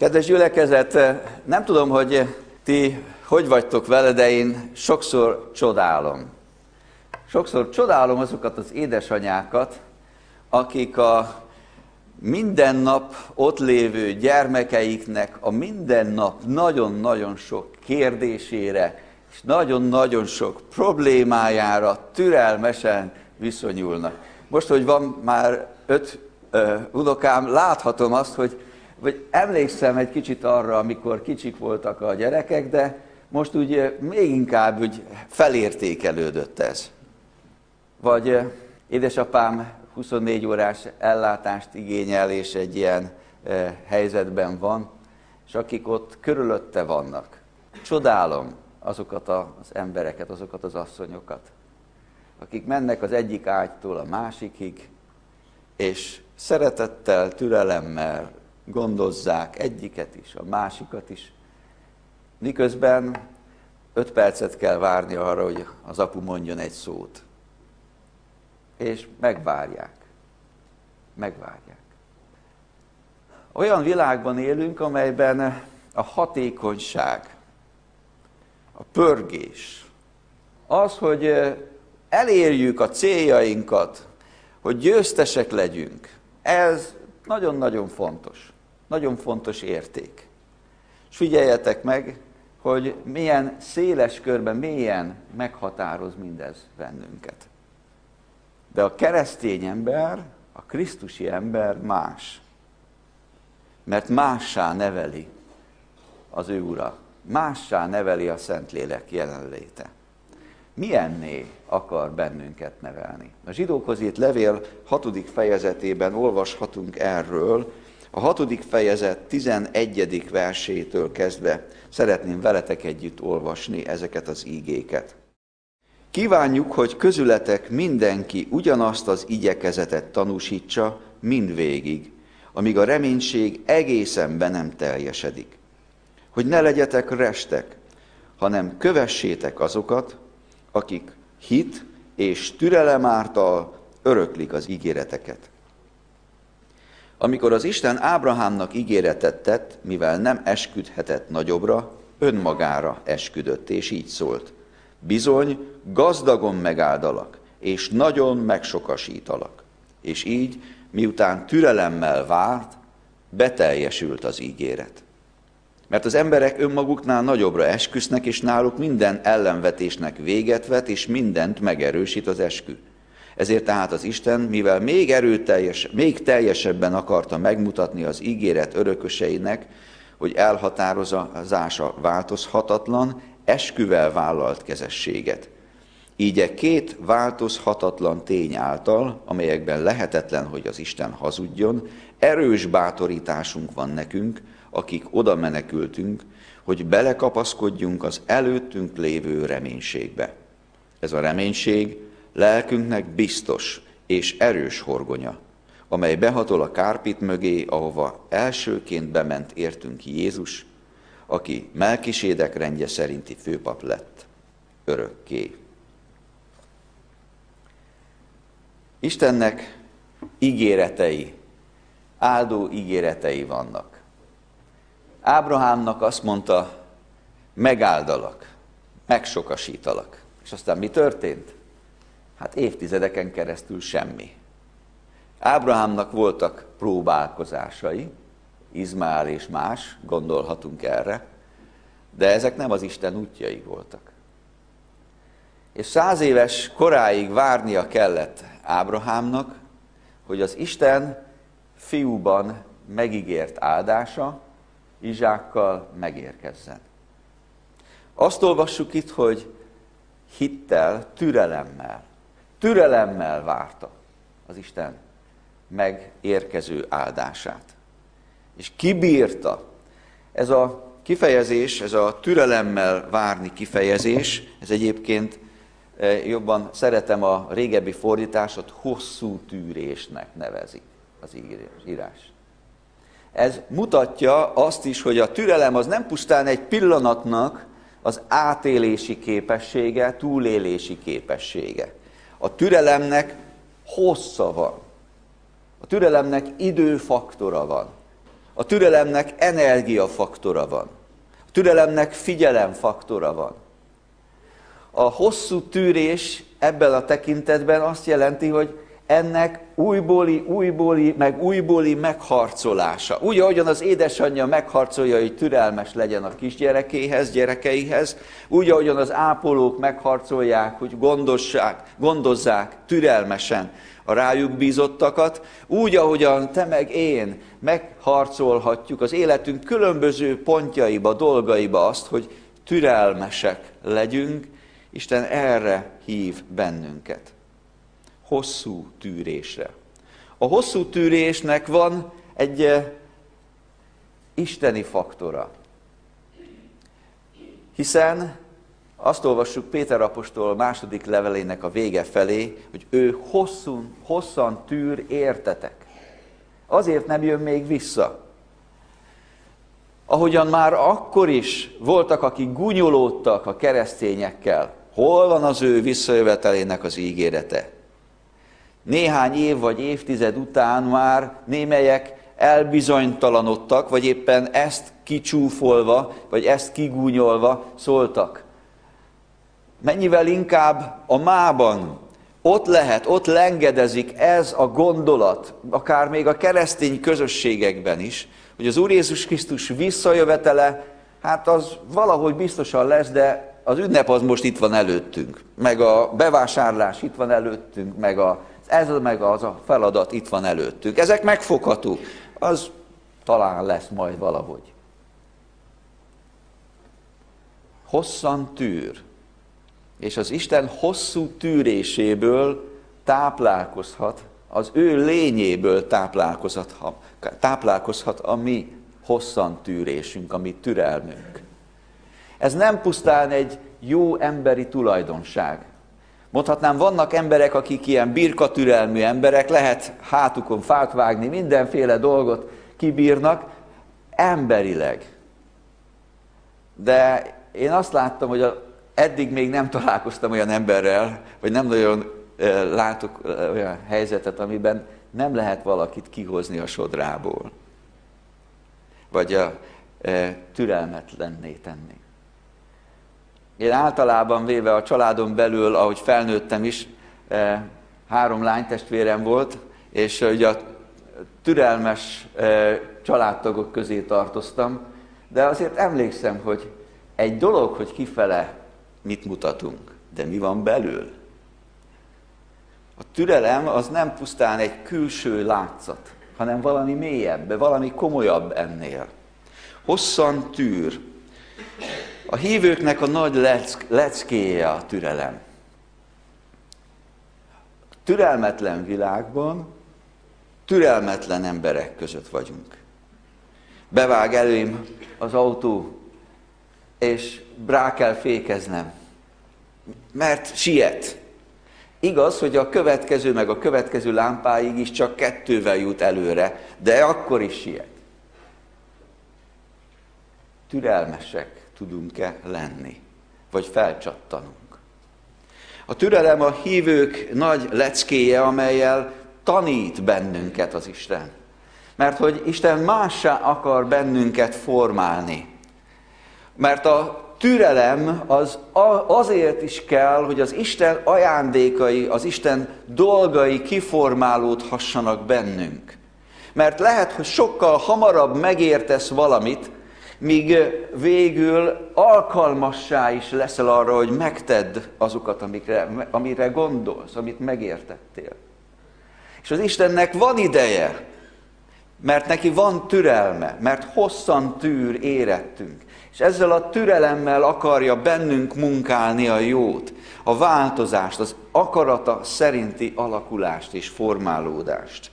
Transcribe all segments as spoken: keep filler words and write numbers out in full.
Kedves gyülekezet, nem tudom, hogy ti hogy vagytok vele, de én sokszor csodálom. Sokszor csodálom azokat az édesanyákat, akik a minden nap ott lévő gyermekeiknek a minden nap nagyon-nagyon sok kérdésére és nagyon-nagyon sok problémájára türelmesen viszonyulnak. Most, hogy van már öt uh, unokám, láthatom azt, hogy vagy emlékszem egy kicsit arra, amikor kicsik voltak a gyerekek, de most úgy még inkább úgy felértékelődött ez. Vagy édesapám huszonnégy órás ellátást igényel, és egy ilyen e, helyzetben van, és akik ott körülötte vannak. Csodálom azokat az embereket, azokat az asszonyokat, akik mennek az egyik ágytól a másikig, és szeretettel, türelemmel gondozzák egyiket is, a másikat is, miközben öt percet kell várni arra, hogy az apu mondjon egy szót. És megvárják. Megvárják. Olyan világban élünk, amelyben a hatékonyság, a pörgés, az, hogy elérjük a céljainkat, hogy győztesek legyünk, ez nagyon-nagyon fontos. Nagyon fontos érték. És figyeljetek meg, hogy milyen széles körben, mélyen meghatároz mindez bennünket. De a keresztény ember, a krisztusi ember más. Mert mássá neveli az ő Ura. Mássá neveli a Szentlélek jelenléte. Milyenné akar bennünket nevelni? A Zsidókhoz írt levél hatodik fejezetében olvashatunk erről. A hatodik fejezet tizenegyedik versétől kezdve szeretném veletek együtt olvasni ezeket az ígéket. Kívánjuk, hogy közületek mindenki ugyanazt az igyekezetet tanúsítsa mindvégig, amíg a reménység egészen be nem teljesedik. Hogy ne legyetek restek, hanem kövessétek azokat, akik hit és türelem által öröklik az ígéreteket. Amikor az Isten Ábrahámnak ígéretet tett, mivel nem esküdhetett nagyobbra, önmagára esküdött, és így szólt. Bizony, gazdagon megáldalak, és nagyon megsokasítalak. És így, miután türelemmel várt, beteljesült az ígéret. Mert az emberek önmaguknál nagyobbra esküsznek, és náluk minden ellenvetésnek véget vet, és mindent megerősít az eskü. Ezért tehát az Isten, mivel még erőteljes, még teljesebben akarta megmutatni az ígéret örököseinek, hogy elhatározása változhatatlan, esküvel vállalt kezességet. Így e két változhatatlan tény által, amelyekben lehetetlen, hogy az Isten hazudjon, erős bátorításunk van nekünk, akik oda menekültünk, hogy belekapaszkodjunk az előttünk lévő reménységbe. Ez a reménység lelkünknek biztos és erős horgonya, amely behatol a kárpit mögé, ahova elsőként bement értünk Jézus, aki Melkisédek rendje szerinti főpap lett örökké. Istennek ígéretei, áldó ígéretei vannak. Ábrahámnak azt mondta, megáldalak, megsokasítalak. És aztán mi történt? Hát évtizedeken keresztül semmi. Ábrahámnak voltak próbálkozásai, Izmael és más, gondolhatunk erre, de ezek nem az Isten útjai voltak. És száz éves koráig várnia kellett Ábrahámnak, hogy az Isten fiúban megígért áldása Izsákkal megérkezzen. Azt olvassuk itt, hogy hittel, türelemmel, türelemmel várta az Isten megérkező áldását. És kibírta. Ez a kifejezés, ez a türelemmel várni kifejezés, ez egyébként jobban szeretem a régebbi fordításot, hosszú tűrésnek nevezi az írás. Ez mutatja azt is, hogy a türelem az nem pusztán egy pillanatnak az átélési képessége, túlélési képessége. A türelemnek hossza van. A türelemnek időfaktora van. A türelemnek energiafaktora van. A türelemnek figyelemfaktora van. A hosszú tűrés ebben a tekintetben azt jelenti, hogy ennek újbóli, újbóli, meg újbóli megharcolása. Úgy, ahogyan az édesanyja megharcolja, hogy türelmes legyen a kisgyerekéhez, gyerekeihez, úgy, ahogyan az ápolók megharcolják, hogy gondozzák, gondozzák türelmesen a rájuk bízottakat, úgy, ahogyan te meg én megharcolhatjuk az életünk különböző pontjaiba, dolgaiba azt, hogy türelmesek legyünk. Isten erre hív bennünket. Hosszú tűrésre. A hosszú tűrésnek van egy eh, isteni faktora. Hiszen azt olvassuk Péter apostol második levelének a vége felé, hogy ő hosszú, hosszan tűr értetek. Azért nem jön még vissza. Ahogyan már akkor is voltak, akik gúnyolódtak a keresztényekkel, hol van az ő visszajövetelének az ígérete? Néhány év vagy évtized után már némelyek elbizonytalanodtak, vagy éppen ezt kicsúfolva, vagy ezt kigúnyolva szóltak. Mennyivel inkább a mában ott lehet, ott lengedezik ez a gondolat, akár még a keresztény közösségekben is, hogy az Úr Jézus Krisztus visszajövetele, hát az valahogy biztosan lesz, de az ünnep az most itt van előttünk, meg a bevásárlás itt van előttünk, meg a, ez meg az a feladat itt van előttünk. Ezek megfoghatók, az talán lesz majd valahogy. Hosszan tűr, és az Isten hosszú tűréséből táplálkozhat, az ő lényéből táplálkozhat, táplálkozhat a mi hosszan tűrésünk, a mi türelmünk. Ez nem pusztán egy jó emberi tulajdonság. Mondhatnám, vannak emberek, akik ilyen birkatürelmű emberek, lehet hátukon fát vágni, mindenféle dolgot kibírnak, emberileg. De én azt láttam, hogy a, eddig még nem találkoztam olyan emberrel, vagy nem nagyon e, látok e, olyan helyzetet, amiben nem lehet valakit kihozni a sodrából, vagy a e, türelmetlenné tenni. Én általában véve a családon belül, ahogy felnőttem is, három lánytestvérem volt, és ugye a türelmes családtagok közé tartoztam, de azért emlékszem, hogy egy dolog, hogy kifele mit mutatunk, de mi van belül. A türelem az nem pusztán egy külső látszat, hanem valami mélyebb, valami komolyabb ennél. Hosszan tűr. A hívőknek a nagy leck, leckéje a türelem. A türelmetlen világban türelmetlen emberek között vagyunk. Bevág elém az autó, és rá kell fékeznem, mert siet. Igaz, hogy a következő meg a következő lámpáig is csak kettővel jut előre, de akkor is siet. Türelmesek tudunk-e lenni, vagy felcsattanunk. A türelem a hívők nagy leckéje, amellyel tanít bennünket az Isten. Mert hogy Isten mássá akar bennünket formálni. Mert a türelem az azért is kell, hogy az Isten ajándékai, az Isten dolgai kiformálódhassanak bennünk. Mert lehet, hogy sokkal hamarabb megértesz valamit, míg végül alkalmassá is leszel arra, hogy megtedd azokat, amikre, amire gondolsz, amit megértettél. És az Istennek van ideje, mert neki van türelme, mert hosszan tűr érettünk. És ezzel a türelemmel akarja bennünk munkálni a jót, a változást, az akarata szerinti alakulást és formálódást.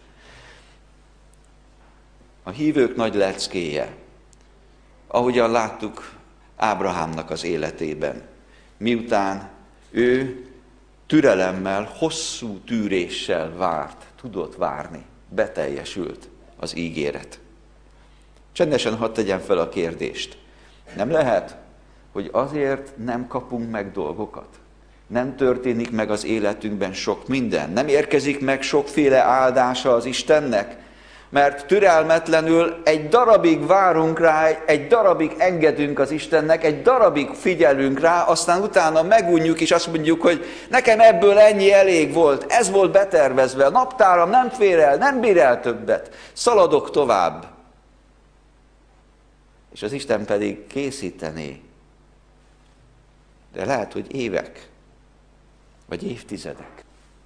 A hívők nagy leckéje, ahogyan láttuk Ábrahámnak az életében, miután ő türelemmel, hosszú tűréssel várt, tudott várni, beteljesült az ígéret. Csendesen hadd tegyem fel a kérdést. Nem lehet, hogy azért nem kapunk meg dolgokat? Nem történik meg az életünkben sok minden? Nem érkezik meg sokféle áldása az Istennek? Mert türelmetlenül egy darabig várunk rá, egy darabig engedünk az Istennek, egy darabig figyelünk rá, aztán utána megunjuk és azt mondjuk, hogy nekem ebből ennyi elég volt, ez volt betervezve, a naptáram nem fér el, nem bír el többet, szaladok tovább. És az Isten pedig készítené, de lehet, hogy évek, vagy évtizedek.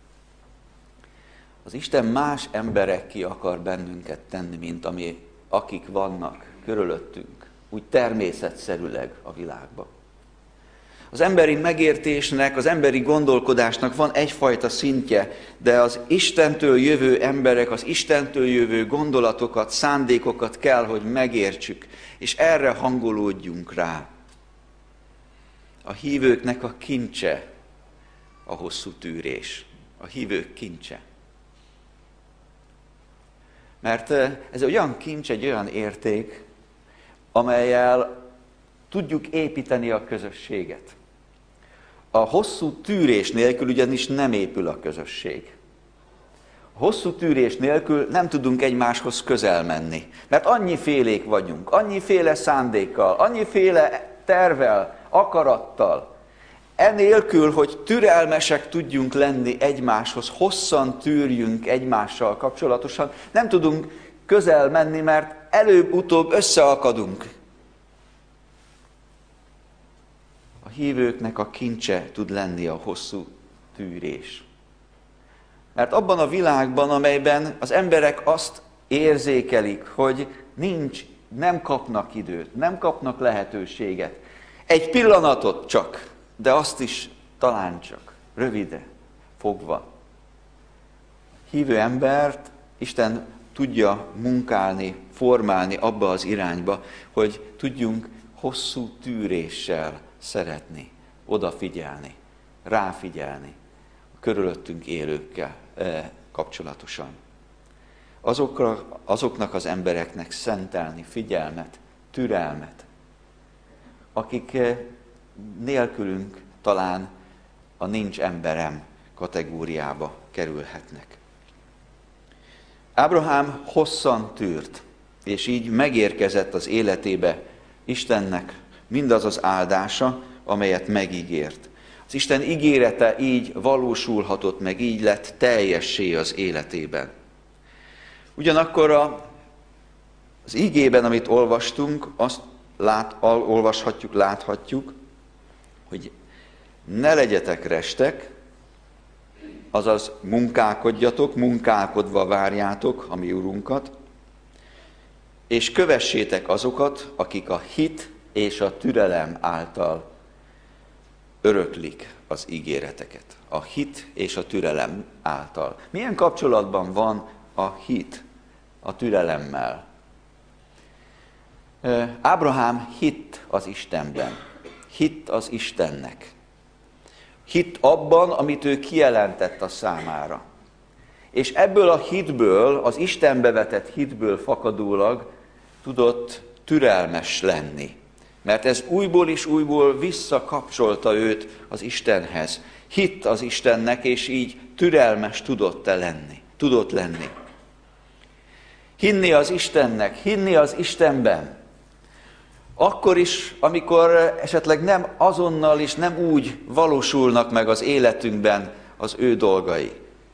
Az Isten más emberek ki akar bennünket tenni, mint ami, akik vannak körülöttünk, úgy természetszerűleg a világban. Az emberi megértésnek, az emberi gondolkodásnak van egyfajta szintje, de az Istentől jövő emberek, az Istentől jövő gondolatokat, szándékokat kell, hogy megértsük, és erre hangolódjunk rá. A hívőknek a kincse a hosszú tűrés. A hívők kincse. Mert ez olyan kincs, egy olyan érték, amellyel tudjuk építeni a közösséget. A hosszú tűrés nélkül ugyanis nem épül a közösség. A hosszú tűrés nélkül nem tudunk egymáshoz közel menni, mert annyifélék vagyunk, annyiféle szándékkal, annyiféle tervvel, akarattal. Enélkül, hogy türelmesek tudjunk lenni egymáshoz, hosszan tűrjünk egymással kapcsolatosan, nem tudunk közel menni, mert előbb-utóbb összeakadunk. A hívőknek a kincse tud lenni a hosszú tűrés. Mert abban a világban, amelyben az emberek azt érzékelik, hogy nincs, nem kapnak időt, nem kapnak lehetőséget, egy pillanatot csak, de azt is talán csak rövide fogva. Hívő embert Isten tudja munkálni, formálni abba az irányba, hogy tudjunk hosszú tűréssel szeretni, odafigyelni, ráfigyelni a körülöttünk élőkkel eh, kapcsolatosan. Azokra, azoknak az embereknek szentelni figyelmet, türelmet, akik eh, nélkülünk talán a nincs emberem kategóriába kerülhetnek. Ábrahám hosszan tűrt, és így megérkezett az életébe Istennek mindaz az áldása, amelyet megígért. Az Isten ígérete így valósulhatott meg, így lett teljessé az életében. Ugyanakkor a, az ígében, amit olvastunk, azt lát, olvashatjuk, láthatjuk, hogy ne legyetek restek, azaz munkálkodjatok, munkálkodva várjátok a mi Urunkat, és kövessétek azokat, akik a hit és a türelem által öröklik az ígéreteket. A hit és a türelem által. Milyen kapcsolatban van a hit a türelemmel? Ábrahám hitt az Istenben. Hitt az Istennek. Hitt abban, amit ő kijelentett a számára. És ebből a hitből, az Istenbe vetett hitből fakadólag tudott türelmes lenni. Mert ez újból és újból visszakapcsolta őt az Istenhez. Hitt az Istennek, és így türelmes tudott lenni. Tudott lenni. Hinni az Istennek, hinni az Istenben. Akkor is, amikor esetleg nem azonnal és nem úgy valósulnak meg az életünkben az ő dolgai.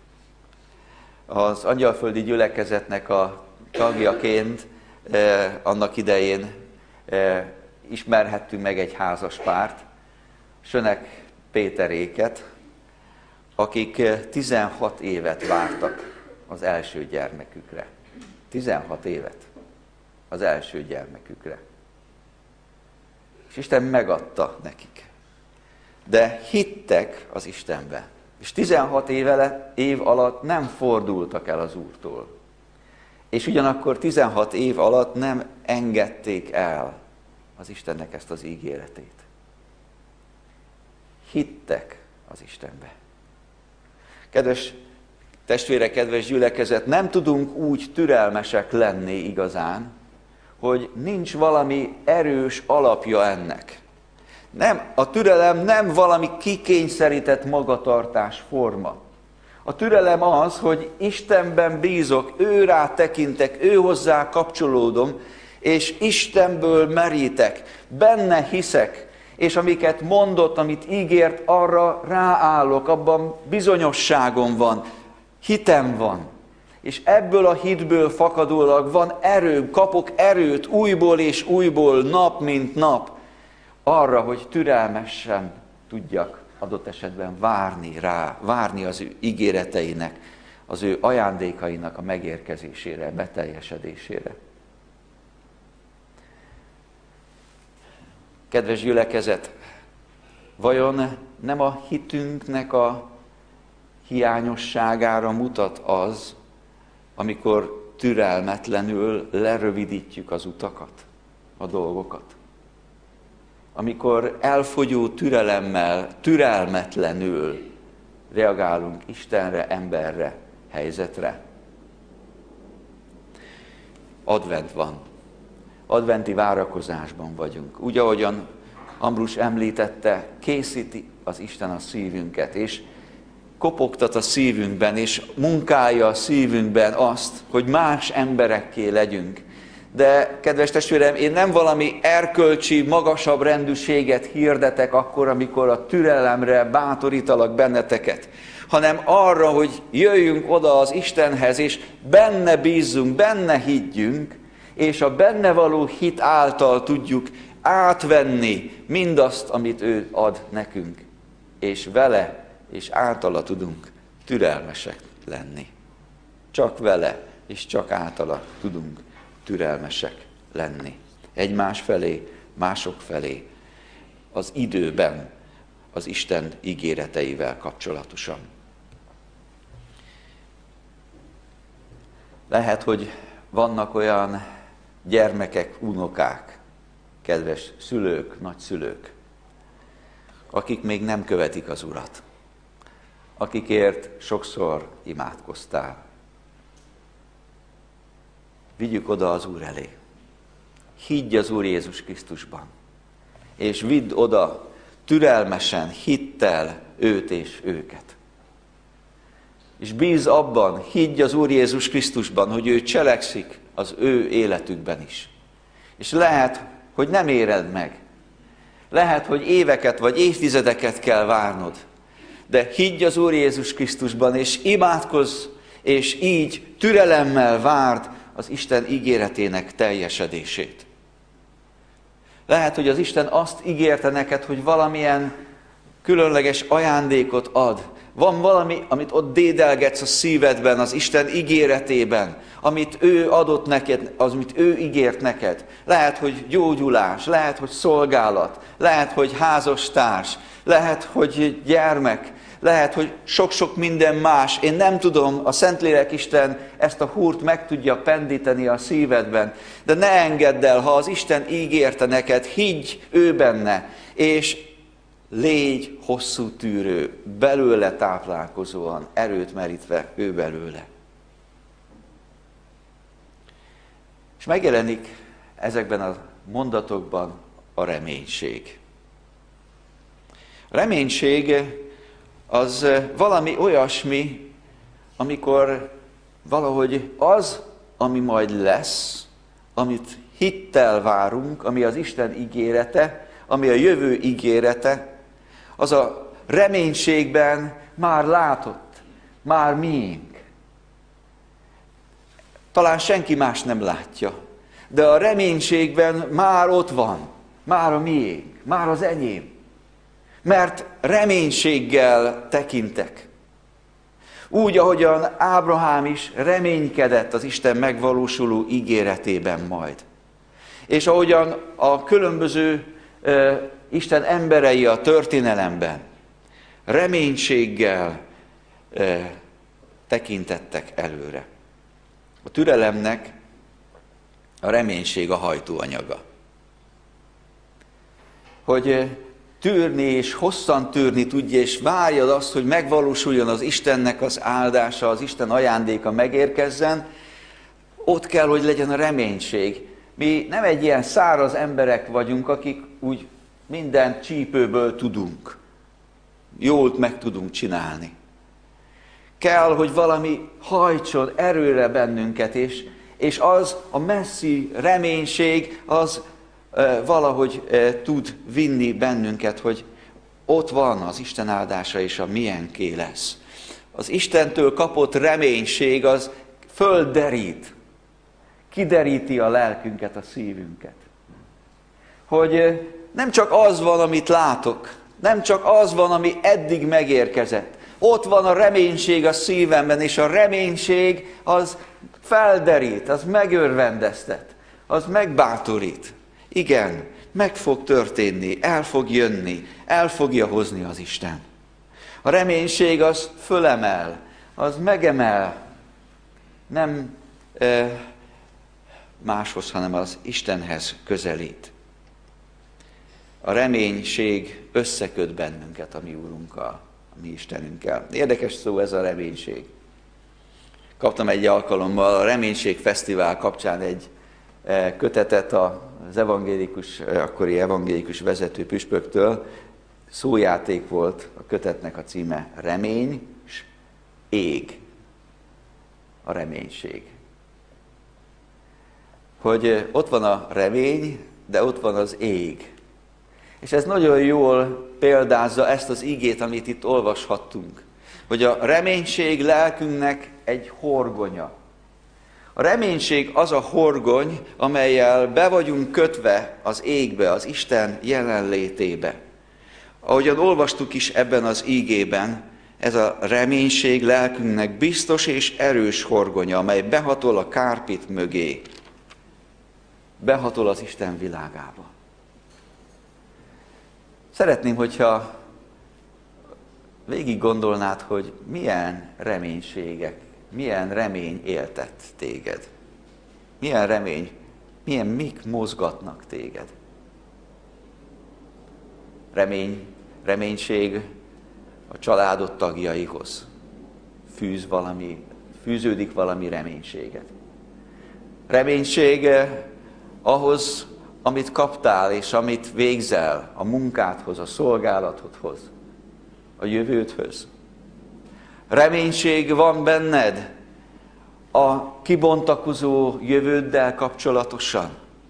Az angyalföldi gyülekezetnek a tagjaként eh, annak idején eh, ismerhettünk meg egy házas párt, Sönek Péteréket, akik tizenhat évet vártak az első gyermekükre. tizenhat évet az első gyermekükre. És Isten megadta nekik. De hittek az Istenbe. És tizenhat éve, év alatt nem fordultak el az Úrtól. És ugyanakkor tizenhat év alatt nem engedték el az Istennek ezt az ígéretét. Hittek az Istenbe. Kedves testvérek, kedves gyülekezet, nem tudunk úgy türelmesek lenni igazán, hogy nincs valami erős alapja ennek. Nem, a türelem nem valami kikényszerített magatartás forma. A türelem az, hogy Istenben bízok, ő rá tekintek, ő hozzá kapcsolódom, és Istenből merítek, benne hiszek, és amiket mondott, amit ígért, arra ráállok, abban bizonyosságom van, hitem van. És ebből a hitből fakadólag van erőm, kapok erőt újból és újból, nap mint nap, arra, hogy türelmesen tudjak adott esetben várni rá, várni az ő ígéreteinek, az ő ajándékainak a megérkezésére, beteljesedésére. Kedves gyülekezet, vajon nem a hitünknek a hiányosságára mutat az, amikor türelmetlenül lerövidítjük az utakat, a dolgokat? Amikor elfogyó türelemmel, türelmetlenül reagálunk Istenre, emberre, helyzetre. Advent van. Adventi várakozásban vagyunk. Úgy, ahogyan Ambrus említette, készíti az Isten a szívünket, és kopogtat a szívünkben, és munkálja a szívünkben azt, hogy más emberekké legyünk. De, kedves testvérem, én nem valami erkölcsi, magasabb rendűséget hirdetek akkor, amikor a türelemre bátorítalak benneteket, hanem arra, hogy jöjjünk oda az Istenhez, és benne bízzunk, benne higgyünk, és a benne való hit által tudjuk átvenni mindazt, amit ő ad nekünk, és vele és általa tudunk türelmesek lenni. Csak vele és csak általa tudunk türelmesek lenni. Egymás felé, mások felé, az időben, az Isten ígéreteivel kapcsolatosan. Lehet, hogy vannak olyan gyermekek, unokák, kedves szülők, nagyszülők, akik még nem követik az Urat, akikért sokszor imádkoztál. Vigyük oda az Úr elé. Higgy az Úr Jézus Krisztusban, és vidd oda türelmesen, hittel őt és őket. És bízz abban, higgy az Úr Jézus Krisztusban, hogy ő cselekszik az ő életükben is. És lehet, hogy nem éred meg. Lehet, hogy éveket vagy évtizedeket kell várnod. De higgy az Úr Jézus Krisztusban, és imádkozz, és így türelemmel várd az Isten ígéretének teljesedését. Lehet, hogy az Isten azt ígérte neked, hogy valamilyen különleges ajándékot ad. Van valami, amit ott dédelgetsz a szívedben, az Isten ígéretében, amit ő adott neked, az, amit ő ígért neked. Lehet, hogy gyógyulás, lehet, hogy szolgálat, lehet, hogy házastárs, lehet, hogy gyermek, lehet, hogy sok-sok minden más. Én nem tudom, a Szentlélek Isten ezt a húrt meg tudja pendíteni a szívedben, de ne engedd el, ha az Isten ígérte neked, higgy ő benne, és légy hosszú tűrő, belőle táplálkozóan, erőt merítve ő belőle. És megjelenik ezekben a mondatokban a reménység. A reménység az valami olyasmi, amikor valahogy az, ami majd lesz, amit hittel várunk, ami az Isten ígérete, ami a jövő ígérete, az a reménységben már látott, már miénk. Talán senki más nem látja, de a reménységben már ott van, már a miénk, már az enyém. Mert reménységgel tekintek. Úgy, ahogyan Ábrahám is reménykedett az Isten megvalósuló ígéretében majd. És ahogyan a különböző uh, Isten emberei a történelemben reménységgel uh, tekintettek előre. A türelemnek a reménység a hajtóanyaga. Hogy uh, tűrni és hosszan tűrni tudja, és várjad azt, hogy megvalósuljon az Istennek az áldása, az Isten ajándéka megérkezzen, ott kell, hogy legyen a reménység. Mi nem egy ilyen száraz emberek vagyunk, akik úgy minden csípőből tudunk. Jól meg tudunk csinálni. kell, hogy valami hajtson erőre bennünket, és, és az a messzi reménység, az e, valahogy e, tud vinni bennünket, hogy ott van az Isten áldása, és a miénké lesz. Az Istentől kapott reménység az földderít, kideríti a lelkünket, a szívünket. Hogy nem csak az van, amit látok, nem csak az van, ami eddig megérkezett. Ott van a reménység a szívemben, és a reménység az felderít, az megörvendeztet, az megbátorít. Igen, meg fog történni, el fog jönni, el fogja hozni az Isten. A reménység az fölemel, az megemel, nem e, máshoz, hanem az Istenhez közelít. A reménység összeköt bennünket a mi Úrunkkal, a mi Istenünkkel. Érdekes szó ez a reménység. Kaptam egy alkalommal a Reménység Fesztivál kapcsán egy kötetet az evangélikus, akkori evangélikus vezető püspöktől. Szójáték volt a kötetnek a címe, Remény s ég. A reménység. Hogy ott van a remény, de ott van az ég. És ez nagyon jól példázza ezt az igét, amit itt olvashattunk. Hogy a reménység lelkünknek egy horgonya. A reménység az a horgony, amellyel be vagyunk kötve az égbe, az Isten jelenlétébe. Ahogyan olvastuk is ebben az ígében, ez a reménység lelkünknek biztos és erős horgonya, amely behatol a kárpit mögé. Behatol az Isten világába. Szeretném, hogyha végig gondolnád, hogy milyen reménységek, milyen remény éltet téged. Milyen remény, milyen mik mozgatnak téged. Remény, reménység a családod tagjaihoz fűz valami, fűződik valami reménységet. Reménység ahhoz, amit kaptál és amit végzel, a munkádhoz, a szolgálatodhoz, a jövődhöz. Reménység van benned a kibontakozó jövőddel kapcsolatosan.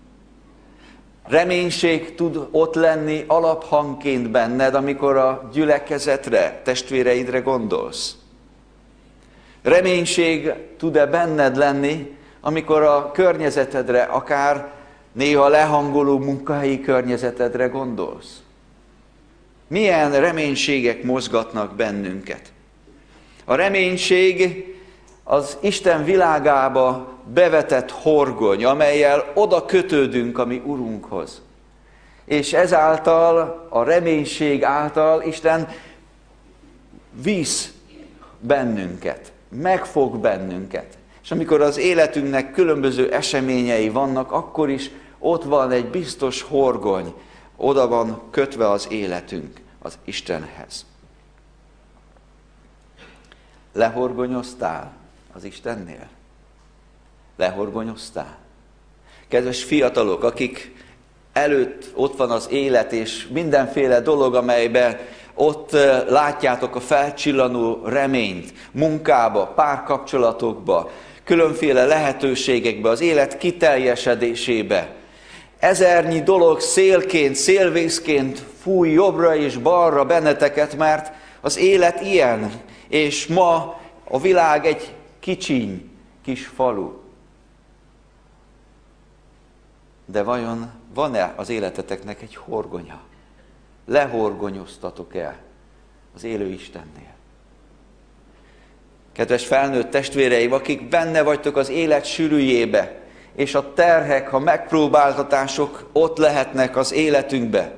Reménység tud ott lenni alaphangként benned, amikor a gyülekezetre, testvéreidre gondolsz. Reménység tud-e benned lenni, amikor a környezetedre, akár néha lehangoló munkahelyi környezetedre gondolsz? Milyen reménységek mozgatnak bennünket? A reménység az Isten világába bevetett horgony, amellyel oda kötődünk a mi Urunkhoz. És ezáltal, a reménység által Isten visz bennünket, megfog bennünket. És amikor az életünknek különböző eseményei vannak, akkor is ott van egy biztos horgony, oda van kötve az életünk az Istenhez. Lehorgonyoztál az Istennél? Lehorgonyoztál? Kedves fiatalok, akik előtt ott van az élet, és mindenféle dolog, amelyben ott látjátok a felcsillanó reményt, munkába, párkapcsolatokba, különféle lehetőségekbe, az élet kiteljesedésébe. Ezernyi dolog szélként, szélvészként fúj jobbra és balra benneteket, mert az élet ilyen, és ma a világ egy kicsiny kis falu. De vajon van-e az életeteknek egy horgonya? Lehorgonyoztatok el az élő Istennél? Kedves felnőtt testvéreim, akik benne vagytok az élet sűrűjébe, és a terhek, a megpróbáltatások ott lehetnek az életünkbe.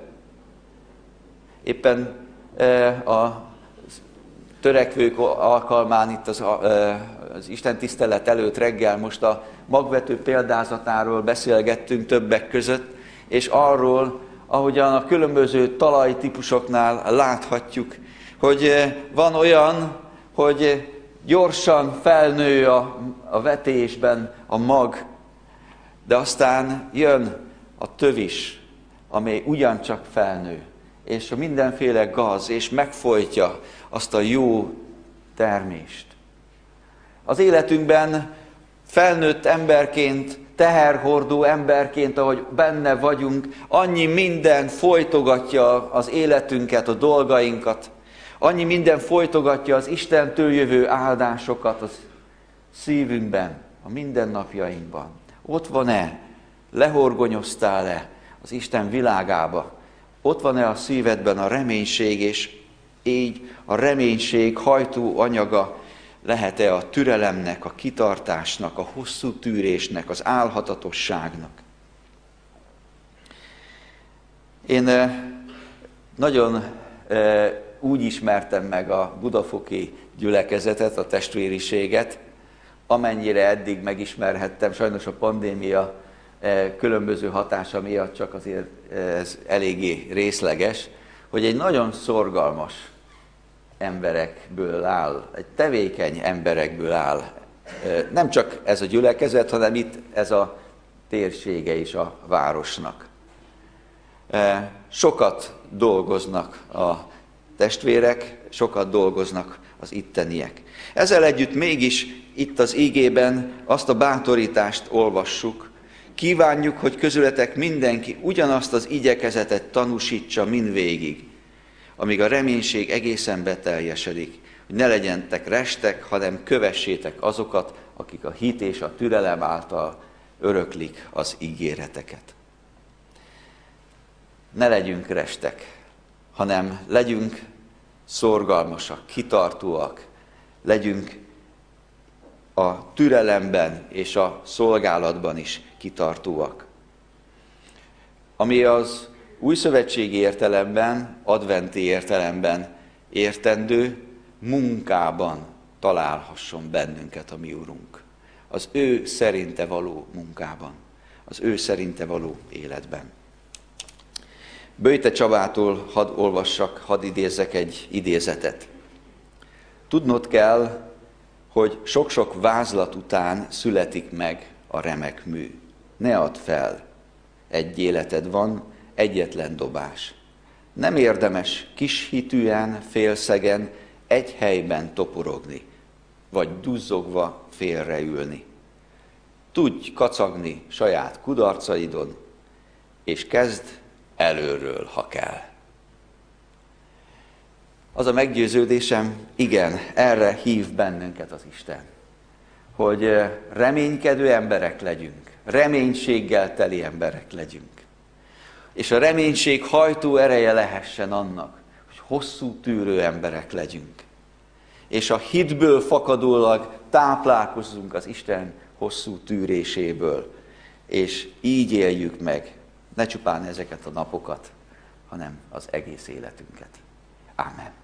Éppen a törekvők alkalmán itt az, az Isten tisztelet előtt reggel most a magvető példázatáról beszélgettünk többek között, és arról, ahogyan a különböző talajtípusoknál láthatjuk, hogy van olyan, hogy gyorsan felnő a, a vetésben a mag, de aztán jön a tövis, amely ugyancsak felnő, és a mindenféle gaz, és megfojtja azt a jó termést. Az életünkben felnőtt emberként, teherhordó emberként, ahogy benne vagyunk, annyi minden folytogatja az életünket, a dolgainkat, annyi minden folytogatja az Istentől jövő áldásokat az szívünkben, a mindennapjainkban. Ott van-e? Lehorgonyoztál-e az Isten világába? Ott van-e a szívedben a reménység, és így a reménység hajtó anyaga lehet-e a türelemnek, a kitartásnak, a hosszú tűrésnek, az álhatatosságnak? Én nagyon úgy ismertem meg a budafoki gyülekezetet, a testvériséget, amennyire eddig megismerhettem. Sajnos a pandémia különböző hatása miatt csak azért ez eléggé részleges, hogy egy nagyon szorgalmas emberekből áll, egy tevékeny emberekből áll. Nem csak ez a gyülekezet, hanem itt ez a térsége is a városnak. Sokat dolgoznak a testvérek, sokat dolgoznak az itteniek. Ezzel együtt mégis itt az ígében azt a bátorítást olvassuk, kívánjuk, hogy közületek mindenki ugyanazt az igyekezetet tanúsítsa mindvégig, amíg a reménység egészen beteljesedik, hogy ne legyetek restek, hanem kövessétek azokat, akik a hit és a türelem által öröklik az ígéreteket. Ne legyünk restek, hanem legyünk szorgalmasak, kitartóak, legyünk a türelemben és a szolgálatban is kitartóak. Ami az újszövetségi értelemben, adventi értelemben értendő, munkában találhasson bennünket a mi Urunk. Az ő szerinte való munkában, az ő szerinte való életben. Böjte Csabától hadd olvassak, hadd idézzek egy idézetet. Tudnod kell, hogy sok-sok vázlat után születik meg a remek mű. Ne add fel, egy életed van, egyetlen dobás. Nem érdemes kishitűen, félszegen egy helyben toporogni, vagy duzzogva félreülni. Tudj kacagni saját kudarcaidon, és kezd előről, ha kell. Az a meggyőződésem, igen, erre hív bennünket az Isten, hogy reménykedő emberek legyünk, reménységgel teli emberek legyünk. És a reménység hajtó ereje lehessen annak, hogy hosszú tűrő emberek legyünk. És a hitből fakadólag táplálkozzunk az Isten hosszú tűréséből, és így éljük meg ne csupán ezeket a napokat, hanem az egész életünket. Ámen.